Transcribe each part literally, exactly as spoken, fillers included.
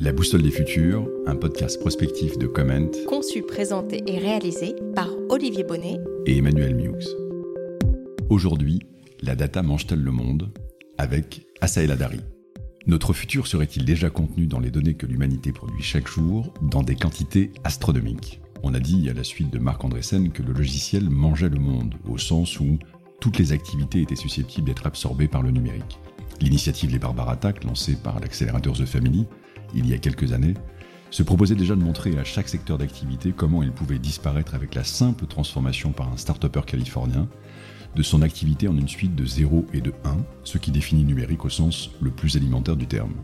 La boussole des futurs, un podcast prospectif de Comment, conçu, présenté et réalisé par Olivier Bonnet et Emmanuel Mioux. Aujourd'hui, la data mange-t-elle le monde ? Avec Asael Adari. Notre futur serait-il déjà contenu dans les données que l'humanité produit chaque jour, dans des quantités astronomiques ? On a dit à la suite de Marc Andreessen que le logiciel mangeait le monde, au sens où toutes les activités étaient susceptibles d'être absorbées par le numérique. L'initiative Les Barbares Attaques, lancée par l'accélérateur The Family, il y a quelques années, se proposait déjà de montrer à chaque secteur d'activité comment il pouvait disparaître avec la simple transformation par un start-upper californien de son activité en une suite de zéro et de un, ce qui définit le numérique au sens le plus alimentaire du terme.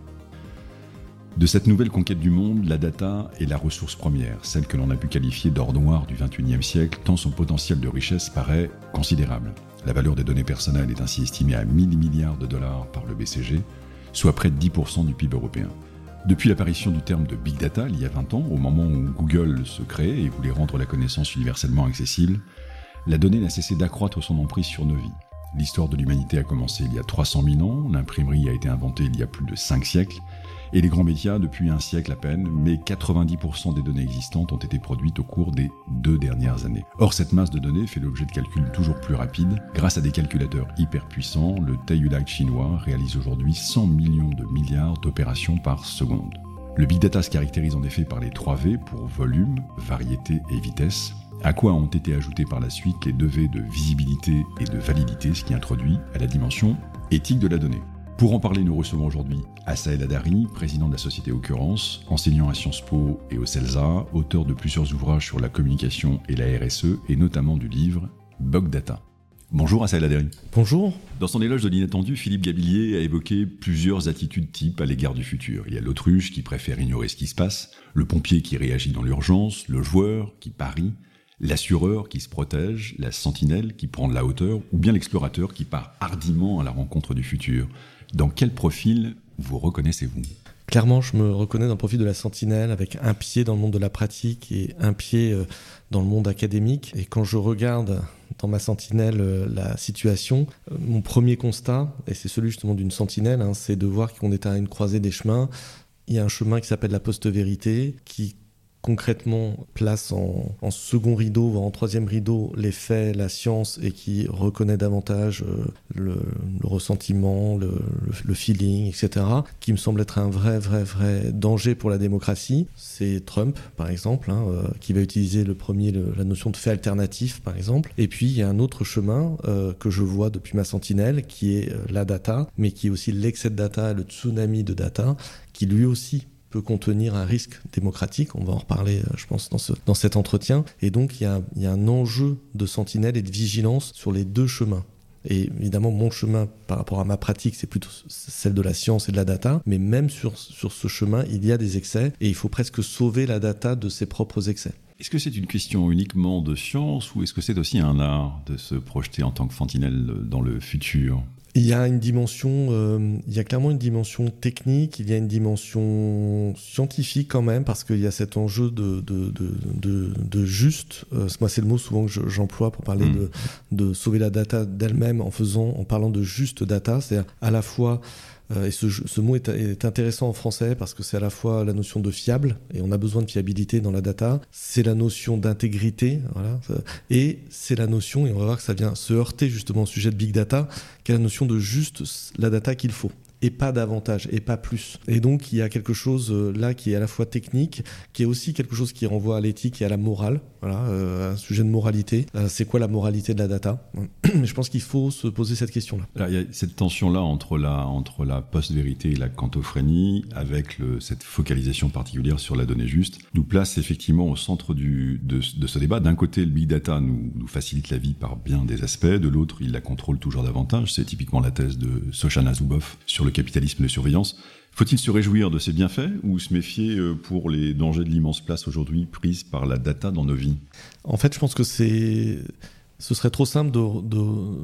De cette nouvelle conquête du monde, la data est la ressource première, celle que l'on a pu qualifier d'or noir du vingt et unième siècle, tant son potentiel de richesse paraît considérable. La valeur des données personnelles est ainsi estimée à mille milliards de dollars par le B C G, soit près de dix pour cent du P I B européen. Depuis l'apparition du terme de Big Data, il y a vingt ans, au moment où Google se crée et voulait rendre la connaissance universellement accessible, la donnée n'a cessé d'accroître son emprise sur nos vies. L'histoire de l'humanité a commencé il y a trois cent mille ans, l'imprimerie a été inventée il y a plus de cinq siècles, et les grands médias depuis un siècle à peine, mais quatre-vingt-dix pour cent des données existantes ont été produites au cours des deux dernières années. Or, cette masse de données fait l'objet de calculs toujours plus rapides. Grâce à des calculateurs hyper puissants, le Taiyuan chinois réalise aujourd'hui cent millions de milliards d'opérations par seconde. Le Big Data se caractérise en effet par les trois V pour volume, variété et vitesse, à quoi ont été ajoutés par la suite les deux V de visibilité et de validité, ce qui introduit à la dimension éthique de la donnée. Pour en parler, nous recevons aujourd'hui Asael Adari, président de la société Occurrence, enseignant à Sciences Po et au CELSA, auteur de plusieurs ouvrages sur la communication et la R S E, et notamment du livre Bug Data. Bonjour Asael Adari. Bonjour. Dans son éloge de l'inattendu, Philippe Gabillier a évoqué plusieurs attitudes types à l'égard du futur. Il y a l'autruche qui préfère ignorer ce qui se passe, le pompier qui réagit dans l'urgence, le joueur qui parie, l'assureur qui se protège, la sentinelle qui prend de la hauteur, ou bien l'explorateur qui part hardiment à la rencontre du futur. Dans quel profil vous reconnaissez-vous ? Clairement, je me reconnais dans le profil de la sentinelle, avec un pied dans le monde de la pratique et un pied dans le monde académique. Et quand je regarde dans ma sentinelle la situation, mon premier constat, et c'est celui justement d'une sentinelle, hein, c'est de voir qu'on est à une croisée des chemins. Il y a un chemin qui s'appelle la post-vérité, qui concrètement place en, en second rideau, voire en troisième rideau, les faits, la science, et qui reconnaît davantage euh, le, le ressentiment, le, le, le feeling, et cetera, qui me semble être un vrai, vrai, vrai danger pour la démocratie. C'est Trump, par exemple, hein, euh, qui va utiliser le premier, le, la notion de fait alternatif, par exemple. Et puis, il y a un autre chemin euh, que je vois depuis ma sentinelle, qui est euh, la data, mais qui est aussi l'excès de data, le tsunami de data, qui lui aussi peut contenir un risque démocratique, on va en reparler je pense dans, ce, dans cet entretien, et donc il y, a, il y a un enjeu de sentinelle et de vigilance sur les deux chemins. Et évidemment mon chemin par rapport à ma pratique c'est plutôt celle de la science et de la data, mais même sur, sur ce chemin il y a des excès et il faut presque sauver la data de ses propres excès. Est-ce que c'est une question uniquement de science ou est-ce que c'est aussi un art de se projeter en tant que sentinelle dans le futur ? Il y a une dimension, euh, il y a clairement une dimension technique, il y a une dimension scientifique quand même, parce qu'il y a cet enjeu de, de, de, de, de juste. Euh, moi, c'est le mot souvent que je, j'emploie pour parler mmh. de, de sauver la data d'elle-même en faisant, en parlant de juste data, c'est-à-dire à la fois. Euh, et ce, ce mot est, est intéressant en français parce que c'est à la fois la notion de fiable, et on a besoin de fiabilité dans la data, c'est la notion d'intégrité, voilà, et c'est la notion, et on va voir que ça vient se heurter justement au sujet de Big Data, qui est la notion de juste la data qu'il faut. Et pas davantage, et pas plus. Et donc, il y a quelque chose là qui est à la fois technique, qui est aussi quelque chose qui renvoie à l'éthique et à la morale, voilà, euh, un sujet de moralité. Euh, c'est quoi la moralité de la data ? Je pense qu'il faut se poser cette question-là. Alors, il y a cette tension-là entre la, entre la post-vérité et la quantophrénie, avec le, cette focalisation particulière sur la donnée juste, nous place effectivement au centre du, de, de ce débat. D'un côté, le big data nous, nous facilite la vie par bien des aspects, de l'autre, il la contrôle toujours davantage. C'est typiquement la thèse de Shoshana Zuboff sur le capitalisme de surveillance. Faut-il se réjouir de ses bienfaits ou se méfier pour les dangers de l'immense place aujourd'hui prise par la data dans nos vies ? En fait, je pense que c'est... ce serait trop simple de, de,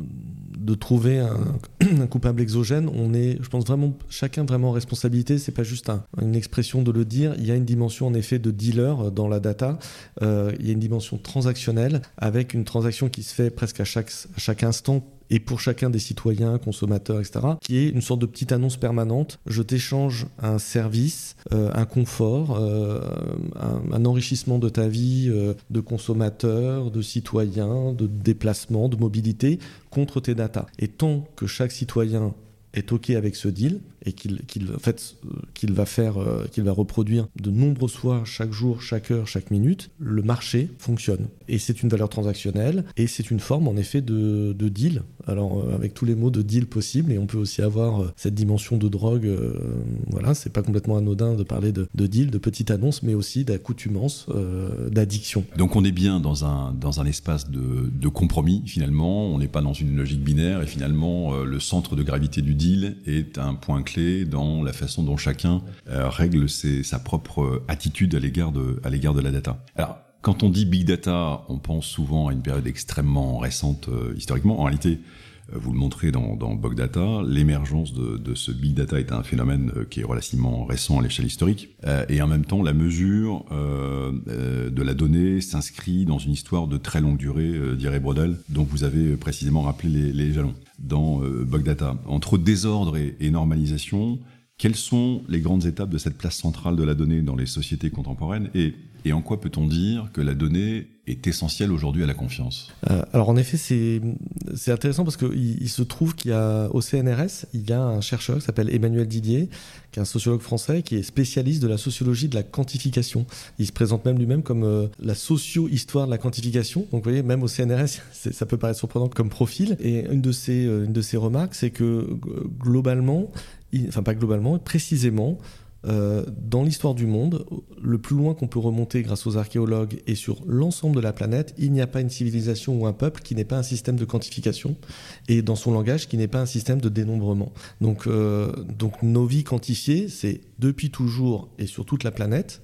de trouver un, un coupable exogène. On est, je pense, vraiment, chacun vraiment en responsabilité. C'est pas juste un, une expression de le dire. Il y a une dimension, en effet, de dealer dans la data. Euh, il y a une dimension transactionnelle avec une transaction qui se fait presque à chaque, à chaque instant et pour chacun des citoyens, consommateurs, et cetera, qui est une sorte de petite annonce permanente. Je t'échange un service, euh, un confort, euh, un, un enrichissement de ta vie euh, de consommateur, de citoyen, de déplacement, de mobilité, contre tes datas. Et tant que chaque citoyen est OK avec ce deal et qu'il, qu'il, en fait, qu'il va faire, euh, qu'il va reproduire de nombreuses fois chaque jour, chaque heure, chaque minute, le marché fonctionne. Et c'est une valeur transactionnelle et c'est une forme en effet de, de deal. Alors euh, avec tous les mots de deal possibles, et on peut aussi avoir euh, cette dimension de drogue. Euh, voilà, c'est pas complètement anodin de parler de, de deal, de petite annonce, mais aussi d'accoutumance, euh, d'addiction. Donc on est bien dans un dans un espace de, de compromis finalement. On n'est pas dans une logique binaire et finalement euh, le centre de gravité du deal est un point clé dans la façon dont chacun euh, règle ses, sa propre attitude à l'égard de, à l'égard de la data. Alors, quand on dit big data, on pense souvent à une période extrêmement récente euh, historiquement. En réalité, euh, vous le montrez dans, dans Bug Data, l'émergence de, de ce big data est un phénomène euh, qui est relativement récent à l'échelle historique. Euh, et en même temps, la mesure euh, euh, de la donnée s'inscrit dans une histoire de très longue durée, euh, dirait Brodel, dont vous avez précisément rappelé les, les jalons. Dans euh, Bug Data. Entre désordre et, et normalisation, quelles sont les grandes étapes de cette place centrale de la donnée dans les sociétés contemporaines et, et en quoi peut-on dire que la donnée est essentielle aujourd'hui à la confiance ? euh, Alors en effet, c'est, c'est intéressant parce qu'il il se trouve qu'il y a au C N R S, il y a un chercheur qui s'appelle Emmanuel Didier, qui est un sociologue français, qui est spécialiste de la sociologie de la quantification. Il se présente même lui-même comme euh, la socio-histoire de la quantification. Donc vous voyez, même au C N R S, c'est, ça peut paraître surprenant comme profil. Et une de ses, euh, une de ses remarques, c'est que globalement, il, enfin pas globalement, précisément, Euh, dans l'histoire du monde, le plus loin qu'on peut remonter grâce aux archéologues et sur l'ensemble de la planète, il n'y a pas une civilisation ou un peuple qui n'ait pas un système de quantification et dans son langage qui n'ait pas un système de dénombrement. Donc, euh, donc nos vies quantifiées, c'est depuis toujours et sur toute la planète.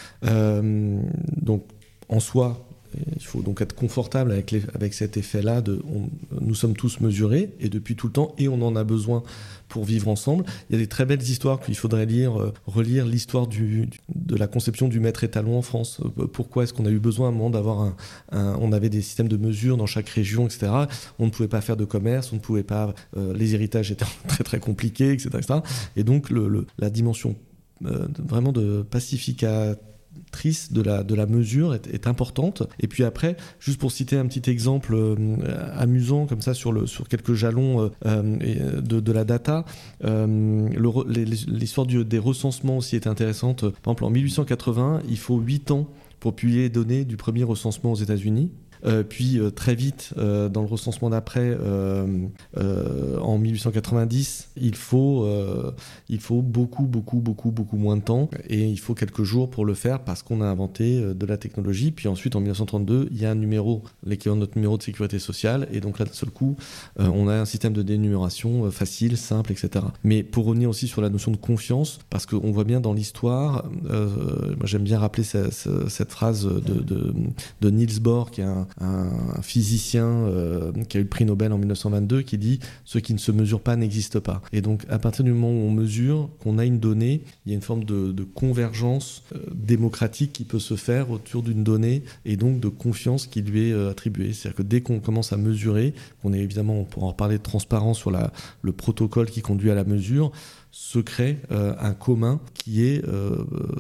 Euh, donc en soi, il faut donc être confortable avec, les, avec cet effet-là de on, nous sommes tous mesurés et depuis tout le temps et on en a besoin pour vivre ensemble. Il y a des très belles histoires qu'il faudrait lire, euh, relire l'histoire du, du, de la conception du maître étalon en France. Euh, pourquoi est-ce qu'on a eu besoin à un moment d'avoir un, un... On avait des systèmes de mesure dans chaque région, et cetera. On ne pouvait pas faire de commerce, on ne pouvait pas... Euh, les héritages étaient très très compliqués, et cetera et cetera. Et donc le, le, la dimension euh, vraiment de pacificatrice de la, de la mesure est, est importante. Et puis après, juste pour citer un petit exemple euh, amusant comme ça sur, le, sur quelques jalons euh, de, de la data, euh, le, les, l'histoire du, des recensements aussi est intéressante. Par exemple, en mille huit cent quatre-vingts, il faut huit ans pour publier les données du premier recensement aux États-Unis. Euh, puis euh, très vite, euh, dans le recensement d'après, euh, euh, en mille huit cent quatre-vingt-dix, il faut, euh, il faut beaucoup, beaucoup, beaucoup, beaucoup moins de temps et il faut quelques jours pour le faire parce qu'on a inventé euh, de la technologie. Puis ensuite, en mille neuf cent trente-deux, il y a un numéro, l'équivalent de notre numéro de sécurité sociale et donc là, d'un seul coup, euh, on a un système de dénumération euh, facile, simple, et cetera. Mais pour revenir aussi sur la notion de confiance, parce qu'on voit bien dans l'histoire, euh, moi j'aime bien rappeler ce, ce, cette phrase de, de, de Niels Bohr, qui est un un physicien euh, qui a eu le prix Nobel en mille neuf cent vingt-deux qui dit « ce qui ne se mesure pas n'existe pas ». Et donc à partir du moment où on mesure, qu'on a une donnée, il y a une forme de, de convergence euh, démocratique qui peut se faire autour d'une donnée et donc de confiance qui lui est euh, attribuée. C'est-à-dire que dès qu'on commence à mesurer, qu'on est évidemment, on pourra en reparler de transparence sur la, le protocole qui conduit à la mesure, se crée euh, un commun qui est euh,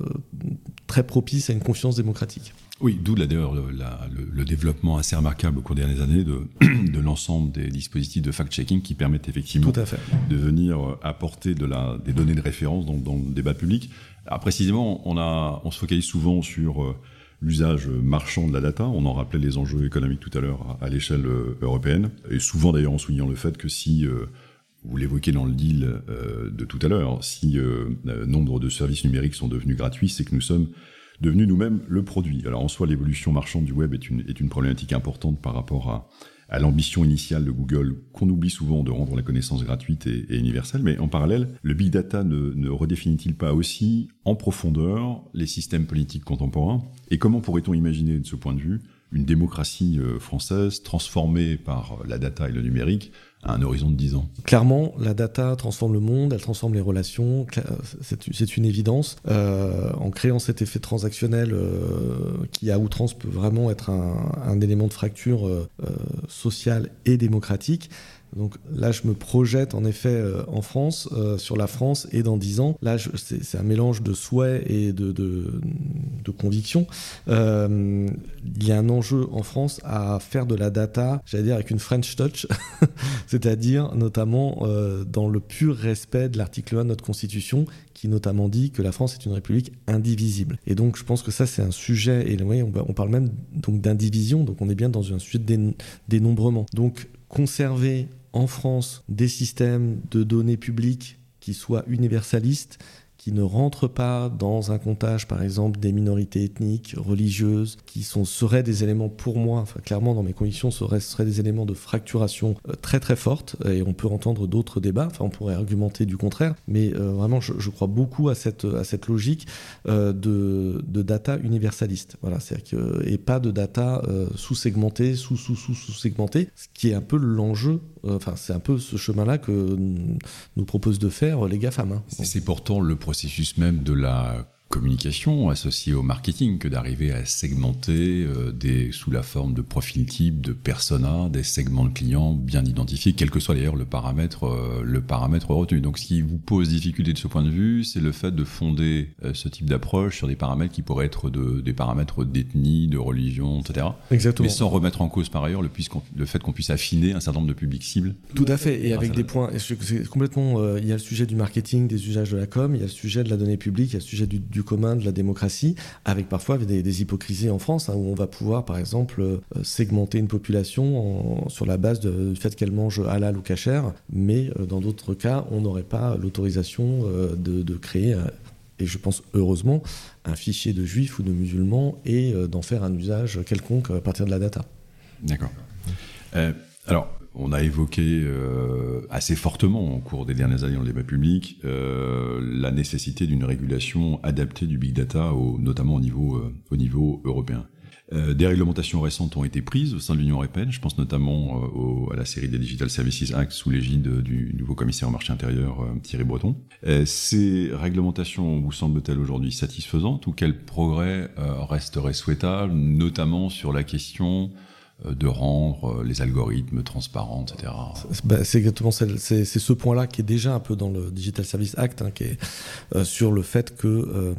très propice à une confiance démocratique. Oui, d'où là, d'ailleurs le, la, le, le développement assez remarquable au cours des dernières années de, de l'ensemble des dispositifs de fact-checking qui permettent effectivement Tout à fait. de venir apporter de la, des données de référence dans, dans le débat public. Alors précisément, on, a, on se focalise souvent sur euh, l'usage marchand de la data. On en rappelait les enjeux économiques tout à l'heure à, à l'échelle euh, européenne. Et souvent d'ailleurs en soulignant le fait que si... Euh, vous l'évoquez dans le deal euh, de tout à l'heure, si euh, euh, nombre de services numériques sont devenus gratuits, c'est que nous sommes devenus nous-mêmes le produit. Alors en soi, l'évolution marchande du web est une, est une problématique importante par rapport à, à l'ambition initiale de Google, qu'on oublie souvent de rendre la connaissance gratuite et, et universelle. Mais en parallèle, le big data ne, ne redéfinit-il pas aussi en profondeur les systèmes politiques contemporains ? Et comment pourrait-on imaginer de ce point de vue une démocratie française transformée par la data et le numérique à un horizon de dix ans. Clairement, la data transforme le monde, elle transforme les relations, c'est, c'est une évidence. Euh, en créant cet effet transactionnel euh, qui, à outrance, peut vraiment être un, un élément de fracture euh, sociale et démocratique, Donc là, je me projette en effet euh, en France, euh, sur la France, et dans dix ans. Là, je, c'est, c'est un mélange de souhaits et de, de, de convictions. Euh, il y a un enjeu en France à faire de la data, j'allais dire avec une French touch, c'est-à-dire notamment euh, dans le pur respect de l'article un de notre Constitution, qui notamment dit que la France est une république indivisible. Et donc, je pense que ça, c'est un sujet, et oui, on, on parle même donc, d'indivision, donc on est bien dans un sujet de dé- dénombrement. Donc, conserver en France des systèmes de données publiques qui soient universalistes, qui ne rentrent pas dans un comptage, par exemple, des minorités ethniques, religieuses, qui sont, seraient des éléments, pour moi, enfin, clairement, dans mes convictions, seraient, seraient des éléments de fracturation euh, très très forte, et on peut entendre d'autres débats, enfin, on pourrait argumenter du contraire, mais euh, vraiment, je, je crois beaucoup à cette, à cette logique euh, de, de data universaliste, voilà, c'est-à-dire que, et pas de data euh, sous-segmentée, sous-sous-sous-sous-segmentée, ce qui est un peu l'enjeu, euh, enfin, c'est un peu ce chemin-là que nous proposent de faire les GAFAM. Hein. C'est, c'est pourtant le processus même de la communication associée au marketing que d'arriver à segmenter euh, des, sous la forme de profils types, de personas, des segments de clients bien identifiés, quel que soit d'ailleurs le paramètre, euh, le paramètre retenu. Donc ce qui vous pose difficulté de ce point de vue, c'est le fait de fonder euh, ce type d'approche sur des paramètres qui pourraient être de, des paramètres d'ethnie, de religion, et cetera. Exactement. Mais sans remettre en cause par ailleurs le, le fait qu'on puisse affiner un certain nombre de publics cibles. Tout à fait, et avec des points, c'est complètement, euh, il y a le sujet du marketing, des usages de la com, il y a le sujet de la donnée publique, il y a le sujet du, du commun, de la démocratie, avec parfois des, des hypocrisies en France, hein, où on va pouvoir, par exemple, euh, segmenter une population en, sur la base de, du fait qu'elle mange halal ou kasher, mais euh, dans d'autres cas, on n'aurait pas l'autorisation euh, de, de créer, euh, et je pense heureusement, un fichier de juifs ou de musulmans et euh, d'en faire un usage quelconque à partir de la data. D'accord. Euh, alors, on a évoqué euh, assez fortement au cours des dernières années dans le débat public euh, la nécessité d'une régulation adaptée du big data, au, notamment au niveau, euh, au niveau européen. Euh, des réglementations récentes ont été prises au sein de l'Union européenne. Je pense notamment euh, au, à la série des Digital Services Act sous l'égide du nouveau commissaire au marché intérieur euh, Thierry Breton. Euh, ces réglementations vous semblent-elles aujourd'hui satisfaisantes ou quels progrès euh, resteraient souhaitables, notamment sur la question de rendre les algorithmes transparents, et cetera. Bah, c'est exactement c'est, c'est, c'est ce point-là qui est déjà un peu dans le Digital Service Act, hein, qui est euh, sur le fait que euh,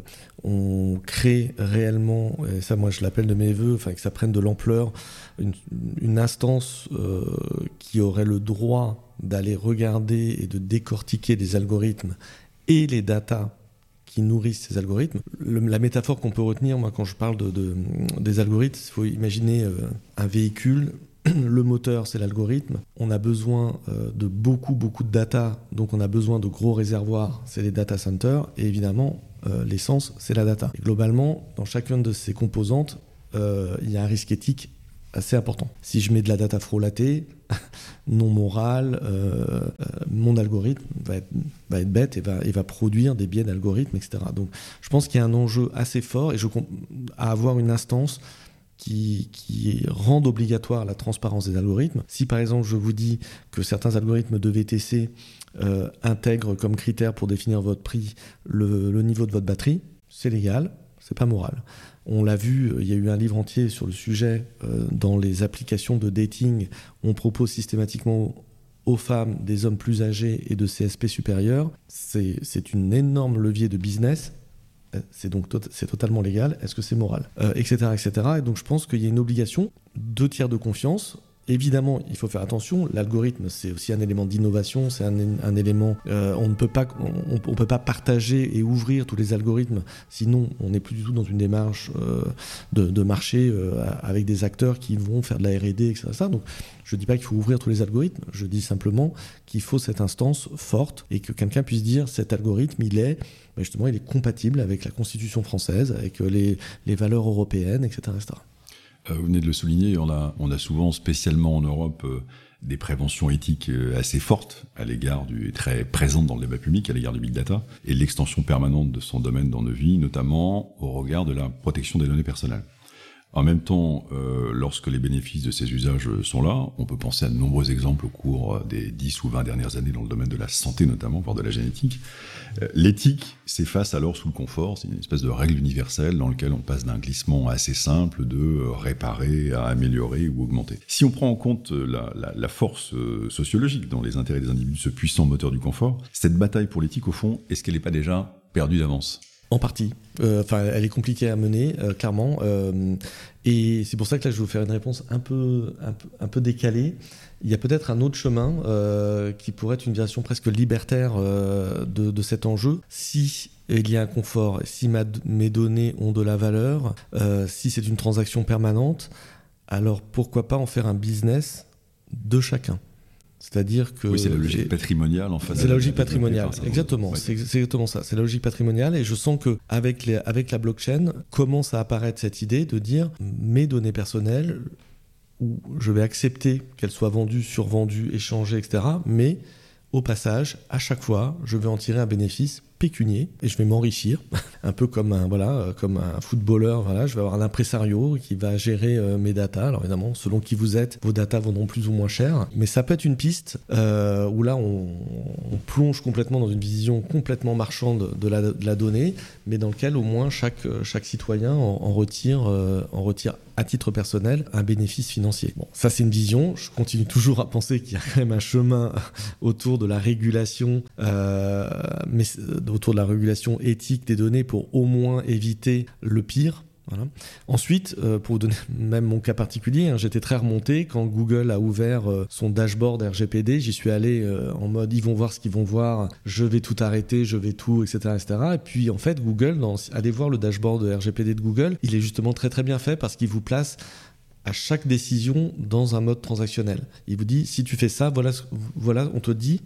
on crée réellement, et ça moi je l'appelle de mes voeux, enfin que ça prenne de l'ampleur, une, une instance euh, qui aurait le droit d'aller regarder et de décortiquer des algorithmes et les datas qui nourrissent ces algorithmes. Le, la métaphore qu'on peut retenir, moi, quand je parle de, de, des algorithmes, il faut imaginer euh, un véhicule, le moteur, c'est l'algorithme. On a besoin euh, de beaucoup, beaucoup de data, donc on a besoin de gros réservoirs, c'est les data centers, et évidemment, euh, l'essence, c'est la data. Et globalement, dans chacune de ces composantes, euh, il y a un risque éthique assez important. Si je mets de la data frelattée, non morale, euh, euh, mon algorithme va être, va être bête et va, et va produire des biais d'algorithme, et cetera. Donc je pense qu'il y a un enjeu assez fort et je, à avoir une instance qui, qui rende obligatoire la transparence des algorithmes. Si par exemple je vous dis que certains algorithmes de V T C euh, intègrent comme critère pour définir votre prix le, le niveau de votre batterie, c'est légal, c'est pas moral. On l'a vu, il y a eu un livre entier sur le sujet. Euh, dans les applications de dating, on propose systématiquement aux femmes des hommes plus âgés et de C S P supérieurs. C'est, c'est une énorme levier de business. C'est donc to- c'est totalement légal. Est-ce que c'est moral, euh, et cetera, et cetera. Et donc je pense qu'il y a une obligation, deux tiers de confiance. Évidemment, il faut faire attention. L'algorithme, c'est aussi un élément d'innovation, c'est un, un élément. Euh, on ne peut pas, on, on peut pas partager et ouvrir tous les algorithmes. Sinon, on n'est plus du tout dans une démarche euh, de, de marché euh, avec des acteurs qui vont faire de la R et D, et cetera. Donc, je dis pas qu'il faut ouvrir tous les algorithmes. Je dis simplement qu'il faut cette instance forte et que quelqu'un puisse dire cet algorithme, il est justement, il est compatible avec la Constitution française, avec les, les valeurs européennes, et cetera, et cetera. Vous venez de le souligner, on a, on a souvent, spécialement en Europe, euh, des préventions éthiques euh, assez fortes à l'égard du, et très présentes dans le débat public à l'égard du big data et l'extension permanente de son domaine dans nos vies, notamment au regard de la protection des données personnelles. En même temps, euh, lorsque les bénéfices de ces usages sont là, on peut penser à de nombreux exemples au cours des dix ou vingt dernières années dans le domaine de la santé notamment, voire de la génétique. Euh, l'éthique s'efface alors sous le confort, c'est une espèce de règle universelle dans laquelle on passe d'un glissement assez simple de réparer à améliorer ou augmenter. Si on prend en compte la, la, la force sociologique dans les intérêts des individus, ce puissant moteur du confort, cette bataille pour l'éthique au fond, est-ce qu'elle n'est pas déjà perdue d'avance ? En partie. Enfin, euh, elle est compliquée à mener, euh, clairement. Euh, et c'est pour ça que là, je vais vous faire une réponse un peu, un peu, un peu décalée. Il y a peut-être un autre chemin euh, qui pourrait être une version presque libertaire euh, de, de cet enjeu. Si il y a un confort, si ma, mes données ont de la valeur, euh, si c'est une transaction permanente, alors pourquoi pas en faire un business de chacun ? C'est-à-dire que... Oui, c'est la logique patrimoniale en fait. C'est la logique patrimoniale, exactement. C'est exactement ça. C'est la logique patrimoniale et je sens qu'avec les, avec la blockchain, commence à apparaître cette idée de dire mes données personnelles, où je vais accepter qu'elles soient vendues, survendues, échangées, et cetera. Mais au passage, à chaque fois, je vais en tirer un bénéfice pécunier et je vais m'enrichir, un peu comme un, voilà, comme un footballeur. Voilà, je vais avoir un impresario qui va gérer euh, mes datas. Alors évidemment, selon qui vous êtes, vos datas vaudront plus ou moins cher. Mais ça peut être une piste euh, où là, on, on plonge complètement dans une vision complètement marchande de la, de la donnée, mais dans lequel au moins chaque, chaque citoyen en, en, retire, euh, en retire à titre personnel un bénéfice financier. Bon, ça c'est une vision. Je continue toujours à penser qu'il y a quand même un chemin autour de la régulation, euh, mais autour de la régulation éthique des données pour au moins éviter le pire. Voilà. Ensuite, euh, pour vous donner même mon cas particulier, hein, j'étais très remonté quand Google a ouvert euh, son dashboard R G P D. J'y suis allé euh, en mode ils vont voir ce qu'ils vont voir, je vais tout arrêter, je vais tout, et cetera, et cetera. Et puis en fait, Google, dans, allez voir le dashboard R G P D de Google, il est justement très très bien fait parce qu'il vous place à chaque décision dans un mode transactionnel. Il vous dit si tu fais ça, voilà, voilà, on te dit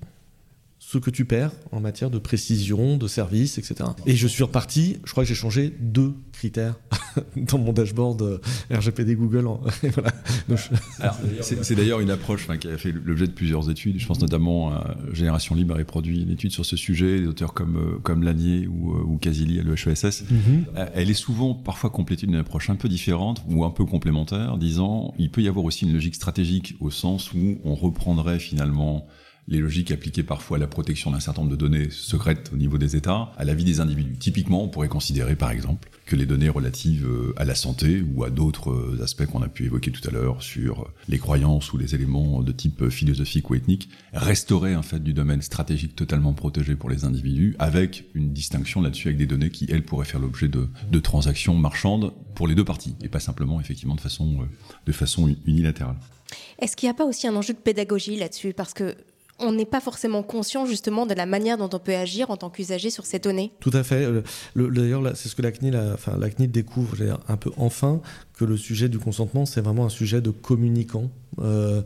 ce que tu perds en matière de précision, de service, et cetera. Et je suis reparti, je crois que j'ai changé deux critères dans mon dashboard R G P D Google. En... voilà. Donc, je... Alors, c'est, c'est d'ailleurs une approche qui a fait l'objet de plusieurs études. Je pense notamment à Génération Libre avait produit une étude sur ce sujet, des auteurs comme, comme Lanier ou, ou Casilli à l'E H E S S. Mm-hmm. Elle est souvent parfois complétée d'une approche un peu différente ou un peu complémentaire, disant il peut y avoir aussi une logique stratégique au sens où on reprendrait finalement les logiques appliquées parfois à la protection d'un certain nombre de données secrètes au niveau des États, à la vie des individus. Typiquement, on pourrait considérer, par exemple, que les données relatives à la santé ou à d'autres aspects qu'on a pu évoquer tout à l'heure sur les croyances ou les éléments de type philosophique ou ethnique resteraient en fait du domaine stratégique totalement protégé pour les individus, avec une distinction là-dessus avec des données qui, elles, pourraient faire l'objet de, de transactions marchandes pour les deux parties, et pas simplement, effectivement, de façon, de façon unilatérale. Est-ce qu'il n'y a pas aussi un enjeu de pédagogie là-dessus ? Parce que on n'est pas forcément conscient justement de la manière dont on peut agir en tant qu'usager sur ces données. Tout à fait. Le, le, d'ailleurs, là, c'est ce que la C N I L, a, enfin, la C N I L découvre un peu enfin, que le sujet du consentement, c'est vraiment un sujet de communicant. Euh,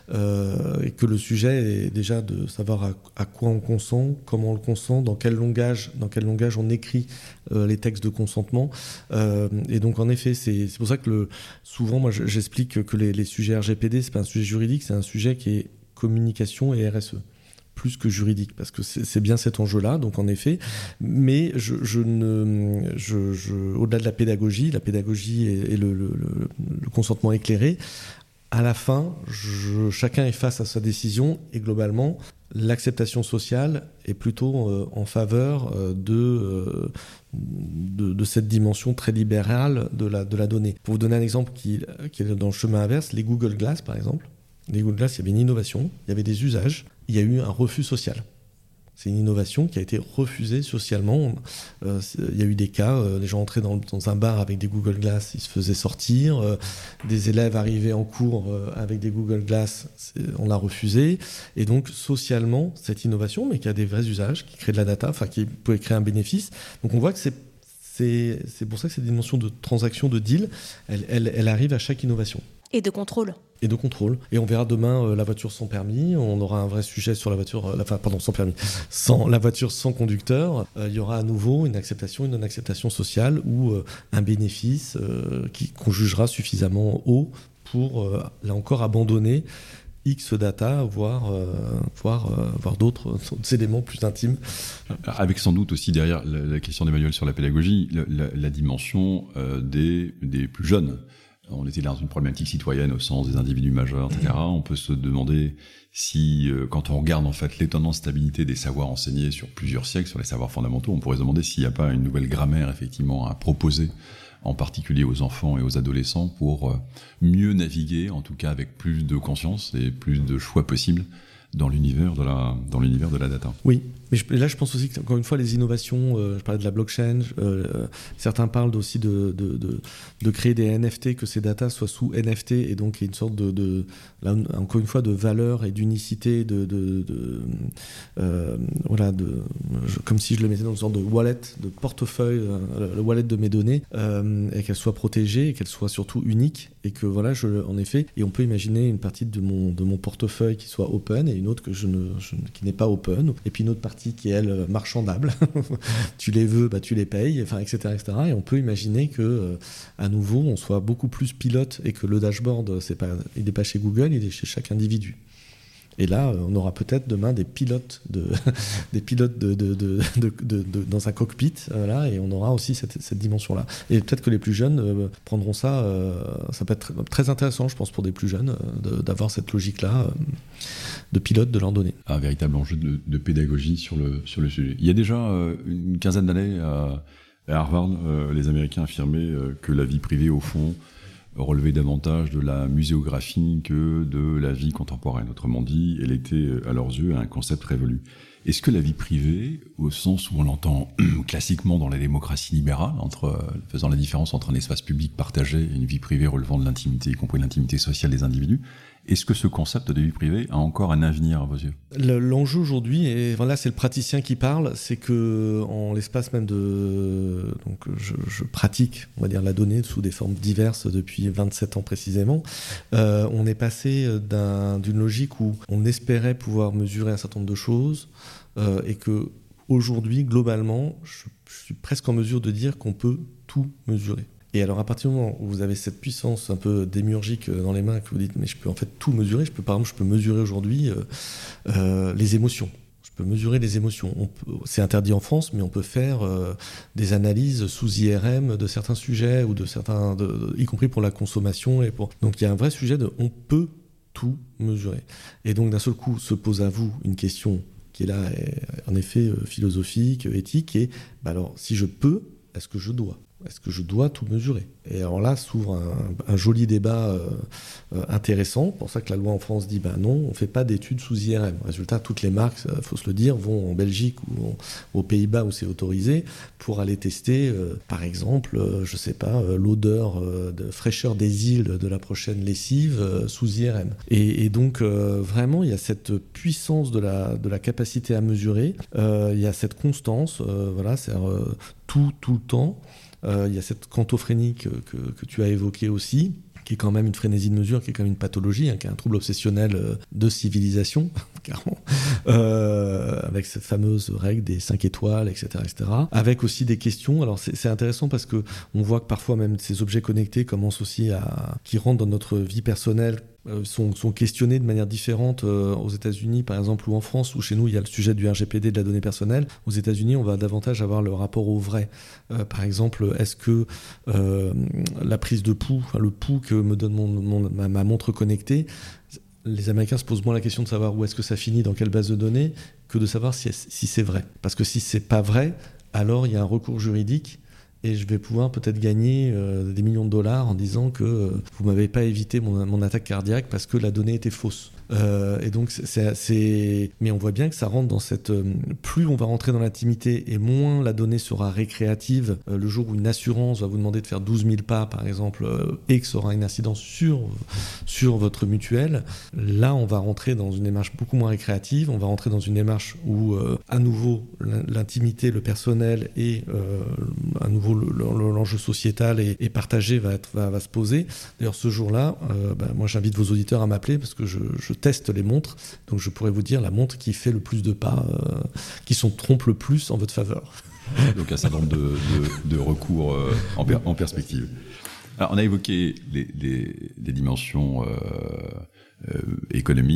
euh, et que le sujet est déjà de savoir à, à quoi on consent, comment on le consent, dans quel langage, dans quel langage on écrit euh, les textes de consentement. Euh, et donc, en effet, c'est, c'est pour ça que le, souvent, moi, j'explique que les, les sujets R G P D, c'est pas un sujet juridique, c'est un sujet qui est communication et R S E, plus que juridique, parce que c'est, c'est bien cet enjeu-là, donc en effet, mais je, je ne, je, je, au-delà de la pédagogie, la pédagogie et, et le, le, le, le consentement éclairé, à la fin, je, chacun est face à sa décision, et globalement, l'acceptation sociale est plutôt euh, en faveur euh, de, euh, de, de cette dimension très libérale de la, de la donnée. Pour vous donner un exemple qui, qui est dans le chemin inverse, les Google Glass, par exemple, les Google Glass, il y avait une innovation, il y avait des usages, il y a eu un refus social. C'est une innovation qui a été refusée socialement. Euh, il y a eu des cas, euh, les gens entraient dans, dans un bar avec des Google Glass, ils se faisaient sortir. Euh, des élèves arrivaient en cours euh, avec des Google Glass, on l'a refusé. Et donc, socialement, cette innovation, mais qui a des vrais usages, qui crée de la data, enfin, qui peut créer un bénéfice. Donc, on voit que c'est, c'est, c'est pour ça que cette dimension de transaction, de deal, elle, elle, elle arrive à chaque innovation. Et de contrôle. Et de contrôle. Et on verra demain euh, la voiture sans permis. On aura un vrai sujet sur la voiture, euh, enfin, pardon, sans permis, sans la voiture sans conducteur. Euh, il y aura à nouveau une acceptation, une non-acceptation sociale ou euh, un bénéfice euh, qui, qu'on jugera suffisamment haut pour, euh, là encore, abandonner X data, voire, euh, voire, euh, voire d'autres, d'autres éléments plus intimes. Avec sans doute aussi derrière la, la question d'Emmanuel sur la pédagogie, la, la, la dimension euh, des, des plus jeunes. on était dans une problématique citoyenne au sens des individus majeurs, et cetera. On peut se demander si, euh, quand on regarde en fait l'étonnante stabilité des savoirs enseignés sur plusieurs siècles, sur les savoirs fondamentaux, on pourrait se demander s'il n'y a pas une nouvelle grammaire effectivement à proposer, en particulier aux enfants et aux adolescents, pour euh, mieux naviguer, en tout cas avec plus de conscience et plus de choix possibles dans l'univers de la, dans l'univers de la data. Oui, mais je, là je pense aussi que, encore une fois, les innovations, euh, je parlais de la blockchain, euh, certains parlent aussi de, de, de, de créer des N F T, que ces data soient sous N F T, et donc il y a une sorte de, de là, encore une fois, de valeur et d'unicité, de, de, de euh, voilà, de, je, comme si je le mettais dans une sorte de wallet, de portefeuille, euh, le wallet de mes données, euh, et qu'elles soient protégées, et qu'elles soient surtout uniques, et que voilà, je, en effet, et on peut imaginer une partie de mon, de mon portefeuille qui soit open, et une autre que je ne, je, qui n'est pas open, et puis une autre partie qui est, elle, marchandable. Tu les veux, bah, tu les payes, enfin, et cetera, et cetera. Et on peut imaginer que, euh, à nouveau, on soit beaucoup plus pilote et que le dashboard, c'est pas, il n'est pas chez Google, il est chez chaque individu. Et là, on aura peut-être demain des pilotes, de, des pilotes de, de, de, de, de, de, dans un cockpit, voilà, et on aura aussi cette, cette dimension-là. Et peut-être que les plus jeunes euh, prendront ça, euh, ça peut être très, très intéressant, je pense, pour des plus jeunes, euh, de, d'avoir cette logique-là euh, de pilote de leurs données. Un véritable enjeu de, de pédagogie sur le, sur le sujet. Il y a déjà euh, une quinzaine d'années, à, à Harvard, euh, les Américains affirmaient euh, que la vie privée, au fond, relevait davantage de la muséographie que de la vie contemporaine. Autrement dit, elle était, à leurs yeux, un concept révolu. Est-ce que la vie privée, au sens où on l'entend classiquement dans la démocratie libérale, entre, faisant la différence entre un espace public partagé et une vie privée relevant de l'intimité, y compris l'intimité sociale des individus, est-ce que ce concept de vie privée a encore un avenir à vos yeux ? Le, L'enjeu aujourd'hui, et voilà, c'est le praticien qui parle, c'est que en l'espace même de, donc je, je pratique, on va dire, la donnée sous des formes diverses depuis vingt-sept ans précisément. Euh, on est passé d'un, d'une logique où on espérait pouvoir mesurer un certain nombre de choses, euh, et que aujourd'hui, globalement, je, je suis presque en mesure de dire qu'on peut tout mesurer. Et alors, à partir du moment où vous avez cette puissance un peu démiurgique dans les mains, que vous dites, mais je peux en fait tout mesurer, je peux, par exemple, je peux mesurer aujourd'hui euh, euh, les émotions. Je peux mesurer les émotions. On peut, c'est interdit en France, mais on peut faire euh, des analyses sous I R M de certains sujets, ou de certains, de, de, y compris pour la consommation. Et pour... Donc, il y a un vrai sujet de on peut tout mesurer. Et donc, d'un seul coup, se pose à vous une question qui est là, en effet, euh, philosophique, éthique, et bah alors, si je peux, est-ce que je dois ? Est-ce que je dois tout mesurer ? Et alors là s'ouvre un, un joli débat euh, euh, intéressant. C'est pour ça que la loi en France dit ben non, on ne fait pas d'études sous I R M. Résultat, toutes les marques, il faut se le dire, vont en Belgique ou en, aux Pays-Bas où c'est autorisé pour aller tester, euh, par exemple, euh, je ne sais pas, euh, l'odeur euh, de fraîcheur des îles de la prochaine lessive euh, sous I R M. Et, et donc euh, vraiment, il y a cette puissance de la, de la capacité à mesurer. Euh, il y a cette constance, euh, voilà, c'est-à-dire euh, tout, tout le temps. Euh, il y a cette quantophrénie que, que, que tu as évoquée aussi, qui est quand même une frénésie de mesure, qui est quand même une pathologie, hein, qui est un trouble obsessionnel de civilisation, carrément, euh, avec cette fameuse règle des cinq étoiles, et cetera, et cetera. Avec aussi des questions. Alors c'est, c'est intéressant parce que on voit que parfois même ces objets connectés commencent aussi à, qui rentrent dans notre vie personnelle, Sont, sont questionnés de manière différente euh, aux États-Unis, par exemple, ou en France, où chez nous, il y a le sujet du R G P D, de la donnée personnelle. Aux États-Unis, on va davantage avoir le rapport au vrai. Euh, par exemple, est-ce que euh, la prise de pouls, enfin, le pouls que me donne mon, mon, ma, ma montre connectée, les Américains se posent moins la question de savoir où est-ce que ça finit, dans quelle base de données, que de savoir si, si c'est vrai. Parce que si c'est pas vrai, alors il y a un recours juridique, et je vais pouvoir peut-être gagner euh, des millions de dollars en disant que euh, vous m'avez pas évité mon, mon attaque cardiaque parce que la donnée était fausse. Euh, et donc c'est, c'est, mais on voit bien que ça rentre dans cette. Euh, plus on va rentrer dans l'intimité et moins la donnée sera récréative. Euh, le jour où une assurance va vous demander de faire douze mille pas, par exemple, euh, et que ça aura une incidence sur sur votre mutuelle, là on va rentrer dans une démarche beaucoup moins récréative. On va rentrer dans une démarche où euh, à nouveau l'intimité, le personnel et euh, à nouveau le, le, l'enjeu sociétal et, et partagé va, être, va va se poser. D'ailleurs ce jour-là, euh, bah, moi j'invite vos auditeurs à m'appeler parce que je, je teste les montres, donc je pourrais vous dire la montre qui fait le plus de pas, euh, qui s'en trompe le plus en votre faveur. Donc un certain nombre de, de, de recours euh, en, per, en perspective. Alors on a évoqué les, les, les dimensions euh, euh, économiques,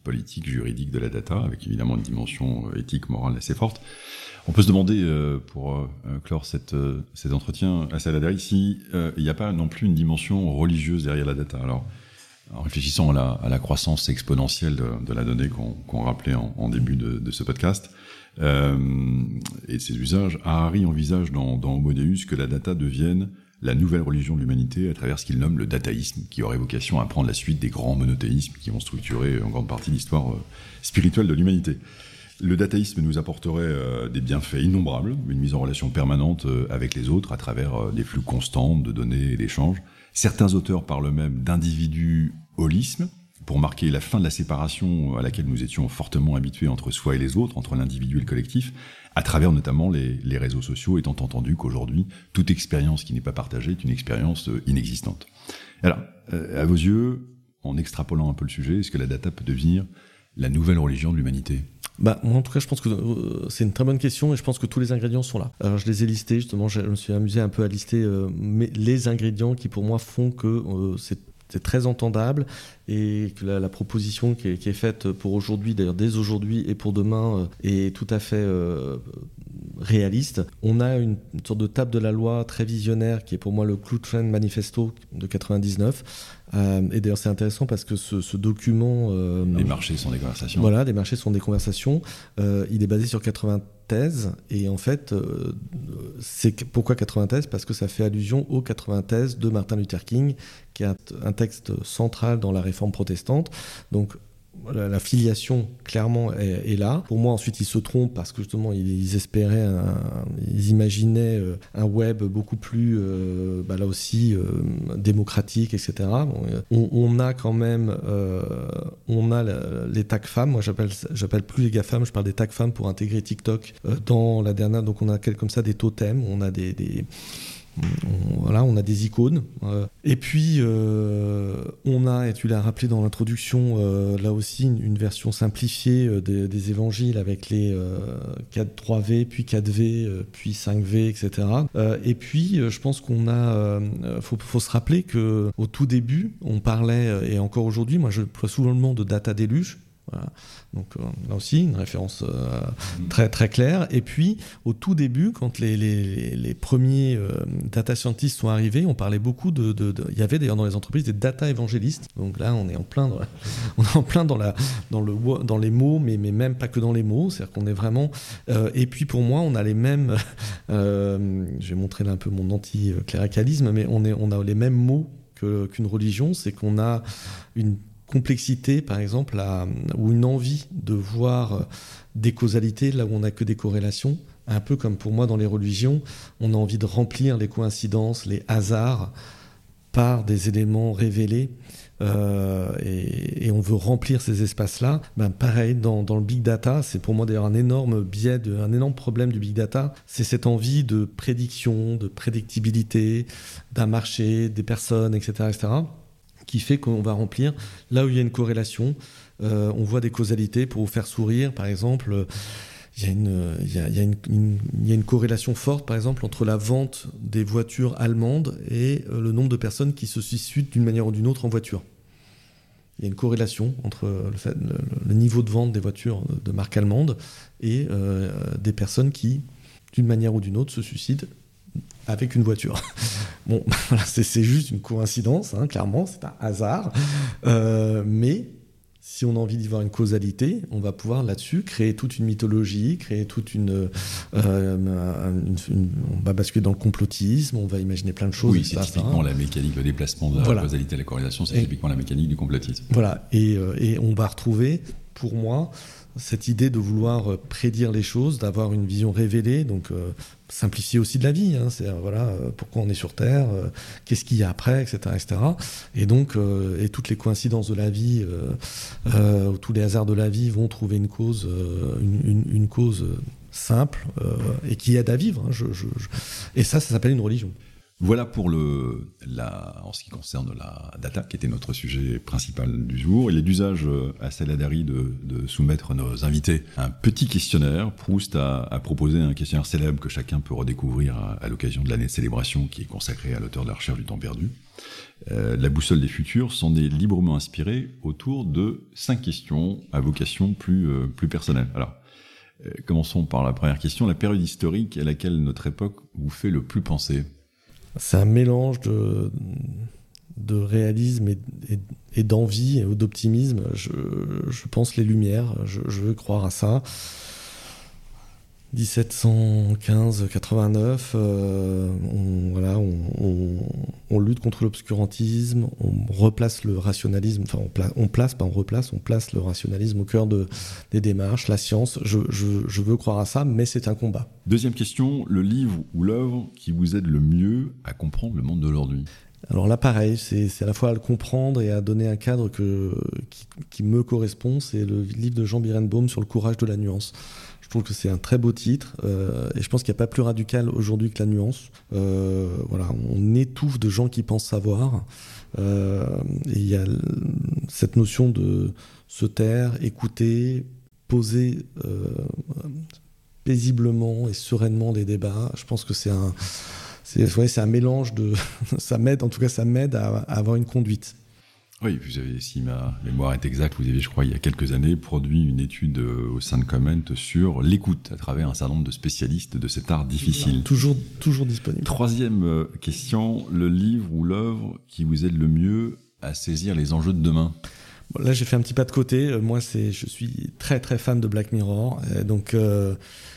politique, juridique de la data, avec évidemment une dimension éthique, morale assez forte. On peut se demander, euh, pour euh, clore cette, euh, cet entretien à Assa El Haddari, si euh, il n'y a pas non plus une dimension religieuse derrière la data. Alors, en réfléchissant à la, à la croissance exponentielle de, de la donnée qu'on, qu'on rappelait en, en début de, de ce podcast, euh, et de ses usages, Harari envisage dans, dans Homo Deus que la data devienne la nouvelle religion de l'humanité à travers ce qu'il nomme le dataïsme, qui aurait vocation à prendre la suite des grands monothéismes qui vont structurer en grande partie l'histoire euh, spirituelle de l'humanité. Le dataïsme nous apporterait euh, des bienfaits innombrables, une mise en relation permanente euh, avec les autres à travers euh, des flux constants de données et d'échanges. Certains auteurs parlent même d'individu holisme, pour marquer la fin de la séparation à laquelle nous étions fortement habitués entre soi et les autres, entre l'individu et le collectif, à travers notamment les, les réseaux sociaux, étant entendu qu'aujourd'hui, toute expérience qui n'est pas partagée est une expérience euh, inexistante. Alors, euh, à vos yeux, en extrapolant un peu le sujet, est-ce que la data peut devenir la nouvelle religion de l'humanité ? Bah, moi, en tout cas, je pense que euh, c'est une très bonne question et je pense que tous les ingrédients sont là. Alors, je les ai listés, justement, je me suis amusé un peu à lister euh, mes, les ingrédients qui, pour moi, font que euh, c'est, c'est très entendable et que la, la proposition qui est, qui est faite pour aujourd'hui, d'ailleurs dès aujourd'hui et pour demain, euh, est tout à fait euh, réaliste. On a une, une sorte de table de la loi très visionnaire qui est pour moi le Cloud Trend Manifesto de quatre-vingt-dix-neuf. Euh, et d'ailleurs c'est intéressant parce que ce, ce document... Euh, les marchés sont des conversations. Voilà, les marchés sont des conversations. Euh, il est basé sur quatre-vingts thèses et en fait, euh, c'est pourquoi quatre-vingts thèses ? Parce que ça fait allusion aux quatre-vingts thèses de Martin Luther King, qui est un, un texte central dans la réforme protestante. Donc la, la filiation clairement est, est là. Pour moi ensuite ils se trompent parce que justement ils, ils espéraient, un, ils imaginaient un web beaucoup plus euh, bah là aussi euh, démocratique, et cetera. Bon, on, on a quand même euh, on a la, les tag femmes. Moi j'appelle j'appelle plus les GAFAM, je parle des tag femmes pour intégrer TikTok euh, dans la dernière. Donc on a comme ça des totems, on a des, des On, voilà, on a des icônes. Euh, et puis, euh, on a, et tu l'as rappelé dans l'introduction, euh, là aussi, une, une version simplifiée euh, des, des évangiles avec les euh, quatre, trois V, puis quatre V, euh, puis cinq V, et cetera. Euh, et puis, euh, je pense qu'on a... Euh, faut, faut se rappeler qu'au tout début, on parlait, et encore aujourd'hui, moi je emploie souvent le nom de data déluge. Voilà. Donc euh, là aussi une référence euh, très très claire. Et puis au tout début, quand les les, les premiers euh, data scientists sont arrivés, on parlait beaucoup de, de, de il y avait d'ailleurs dans les entreprises des data évangélistes. Donc là on est en plein dans la, on est en plein dans la dans le dans les mots, mais mais même pas que dans les mots. C'est-à-dire qu'on est vraiment. Euh, et puis pour moi on a les mêmes. Euh, je vais montrer là un peu mon anti-cléricalisme, mais on est on a les mêmes mots que, qu'une religion. C'est qu'on a une complexité, par exemple, à, ou une envie de voir des causalités là où on n'a que des corrélations. Un peu comme pour moi dans les religions, on a envie de remplir les coïncidences, les hasards par des éléments révélés euh, et, et on veut remplir ces espaces-là. Ben, pareil, dans, dans le big data, c'est pour moi d'ailleurs un énorme biais, de, un énorme problème du big data, c'est cette envie de prédiction, de prédictibilité d'un marché, des personnes, et cetera, et cetera qui fait qu'on va remplir là où il y a une corrélation. Euh, on voit des causalités pour vous faire sourire, par exemple. Il y a une, il y a, il y a une, une, il y a une corrélation forte, par exemple, entre la vente des voitures allemandes et le nombre de personnes qui se suicident d'une manière ou d'une autre en voiture. Il y a une corrélation entre le, fait, le, le niveau de vente des voitures de, de marque allemande et euh, des personnes qui, d'une manière ou d'une autre, se suicident avec une voiture. Bon, voilà, c'est, c'est juste une coïncidence, hein, clairement, c'est un hasard. Euh, mais si on a envie d'y voir une causalité, on va pouvoir là-dessus créer toute une mythologie, créer toute une, euh, une, une... On va basculer dans le complotisme, on va imaginer plein de choses. Oui, c'est ça, typiquement ça. La mécanique, le déplacement de la voilà. causalité à la corrélation, c'est et, typiquement la mécanique du complotisme. Voilà, et, euh, et on va retrouver, pour moi, cette idée de vouloir prédire les choses, d'avoir une vision révélée, donc euh, simplifier aussi de la vie, hein, c'est voilà euh, pourquoi on est sur Terre, euh, qu'est-ce qu'il y a après, et cetera, et cetera. Et donc euh, et toutes les coïncidences de la vie, euh, euh, tous les hasards de la vie vont trouver une cause, euh, une, une, une cause simple euh, et qui aide à vivre. Hein, je, je, je... Et ça, ça s'appelle une religion. Voilà pour le, la, en ce qui concerne la data, qui était notre sujet principal du jour. Il est d'usage à Assaël Haddari de, de soumettre nos invités à un petit questionnaire. Proust a, a proposé un questionnaire célèbre que chacun peut redécouvrir à, à l'occasion de l'année de célébration qui est consacrée à l'auteur de la recherche du temps perdu. Euh, la boussole des futurs s'en est librement inspirée autour de cinq questions à vocation plus, euh, plus personnelle. Alors, euh, commençons par la première question. La période historique à laquelle notre époque vous fait le plus penser? C'est un mélange de, de réalisme et, et, et d'envie et d'optimisme. Je, je pense les Lumières, je, je veux croire à ça. dix-sept cent quinze quatre-vingt-neuf, euh, on, voilà, on, on, on lutte contre l'obscurantisme, on replace le rationalisme, enfin on, pla- on place, pas on replace, on place le rationalisme au cœur de, des démarches, la science. Je, je, je veux croire à ça, mais c'est un combat. Deuxième question, le livre ou l'œuvre qui vous aide le mieux à comprendre le monde d'aujourd'hui? Alors là, pareil, c'est, c'est à la fois à le comprendre et à donner un cadre que, qui, qui me correspond. C'est le livre de Jean Birenbaum sur le courage de la nuance. Je trouve que c'est un très beau titre euh, et je pense qu'il n'y a pas plus radical aujourd'hui que la nuance. Euh, voilà, on étouffe de gens qui pensent savoir. Euh, et il y a cette notion de se taire, écouter, poser euh, paisiblement et sereinement les débats. Je pense que c'est un, c'est, ouais, c'est un mélange de... ça m'aide, en tout cas, ça m'aide à, à avoir une conduite. Oui, vous avez, si ma mémoire est exacte, vous avez, je crois, il y a quelques années, produit une étude au sein de Comment sur l'écoute à travers un certain nombre de spécialistes de cet art difficile. Toujours, toujours disponible. Troisième question, le livre ou l'œuvre qui vous aide le mieux à saisir les enjeux de demain? Bon, là, j'ai fait un petit pas de côté. Moi, c'est, je suis très, très fan de Black Mirror. Et donc, euh,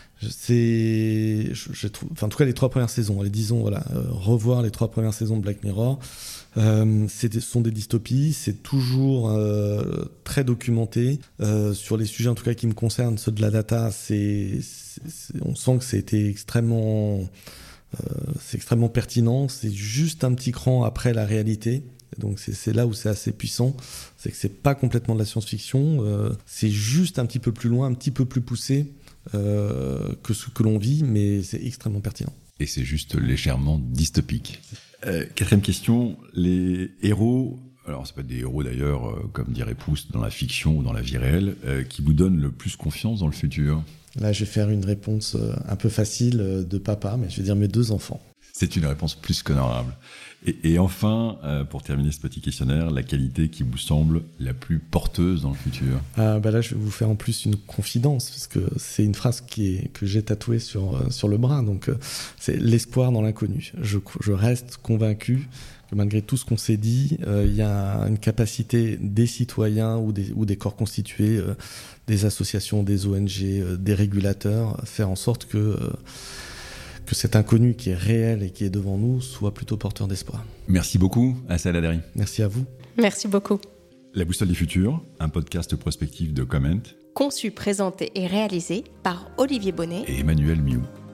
c'est, je, je trouve, enfin, en tout cas, les trois premières saisons, allez, disons, voilà, euh, revoir les trois premières saisons de Black Mirror. Euh, c'est, ce sont des dystopies, c'est toujours euh, très documenté euh, sur les sujets en tout cas qui me concernent, ceux de la data. C'est, c'est, c'est, on sent que c'était extrêmement, euh, c'est extrêmement pertinent. C'est juste un petit cran après la réalité. Donc c'est, c'est là où c'est assez puissant, c'est que c'est pas complètement de la science-fiction, euh, c'est juste un petit peu plus loin, un petit peu plus poussé euh, que ce que l'on vit, mais c'est extrêmement pertinent. Et c'est juste légèrement dystopique. Euh, quatrième question, les héros, alors c'est pas des héros d'ailleurs, euh, comme dirait Proust, dans la fiction ou dans la vie réelle, euh, qui vous donnent le plus confiance dans le futur? Là, je vais faire une réponse euh, un peu facile euh, de papa, mais je vais dire mes deux enfants. C'est une réponse plus qu'honorable. Et, et enfin, euh, pour terminer ce petit questionnaire, la qualité qui vous semble la plus porteuse dans le futur? Ah, bah là, je vais vous faire en plus une confidence, parce que c'est une phrase qui est, que j'ai tatouée sur, euh, sur le bras. Donc, euh, c'est l'espoir dans l'inconnu. Je, je reste convaincu que malgré tout ce qu'on s'est dit, il euh, y a une capacité des citoyens ou des, ou des corps constitués, euh, des associations, des O N G, euh, des régulateurs, à faire en sorte que... Euh, que cet inconnu qui est réel et qui est devant nous soit plutôt porteur d'espoir. Merci beaucoup, Assaël Haddari. Merci à vous. Merci beaucoup. La Boussole des Futurs, un podcast prospectif de Comment. Conçu, présenté et réalisé par Olivier Bonnet et Emmanuel Miou.